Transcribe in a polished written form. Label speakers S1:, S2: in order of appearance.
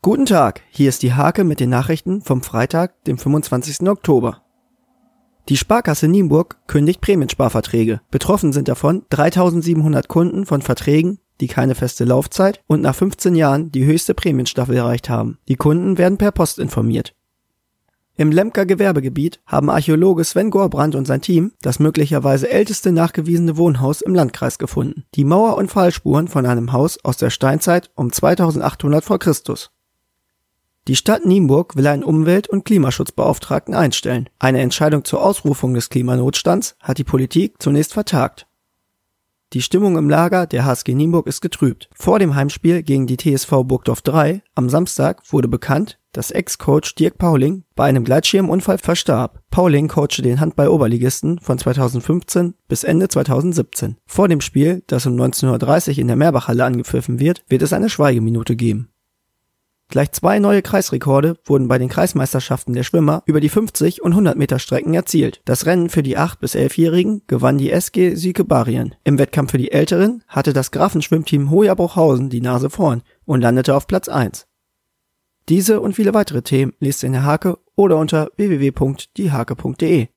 S1: Guten Tag, hier ist die Hake mit den Nachrichten vom Freitag, dem 25. Oktober. Die Sparkasse Nienburg kündigt Prämiensparverträge. Betroffen sind davon 3.700 Kunden von Verträgen, die keine feste Laufzeit und nach 15 Jahren die höchste Prämienstaffel erreicht haben. Die Kunden werden per Post informiert. Im Lemker Gewerbegebiet haben Archäologe Sven Gorbrandt und sein Team das möglicherweise älteste nachgewiesene Wohnhaus im Landkreis gefunden. Die Mauer- und Pfahlspuren von einem Haus aus der Steinzeit um 2800 v. Chr. Die Stadt Nienburg will einen Umwelt- und Klimaschutzbeauftragten einstellen. Eine Entscheidung zur Ausrufung des Klimanotstands hat die Politik zunächst vertagt. Die Stimmung im Lager der HSG Nienburg ist getrübt. Vor dem Heimspiel gegen die TSV Burgdorf 3 am Samstag wurde bekannt, dass Ex-Coach Dirk Pauling bei einem Gleitschirmunfall verstarb. Pauling coachte den Handball-Oberligisten von 2015 bis Ende 2017. Vor dem Spiel, das um 19:30 Uhr in der Meerbachhalle angepfiffen wird es eine Schweigeminute geben. Gleich 2 neue Kreisrekorde wurden bei den Kreismeisterschaften der Schwimmer über die 50 und 100 Meter Strecken erzielt. Das Rennen für die 8- bis 11-Jährigen gewann die SG Syke-Barien. Im Wettkampf für die Älteren hatte das Grafenschwimmteam Hoya-Bruchhausen die Nase vorn und landete auf Platz 1. Diese und viele weitere Themen lest ihr in der Hake oder unter www.diehake.de.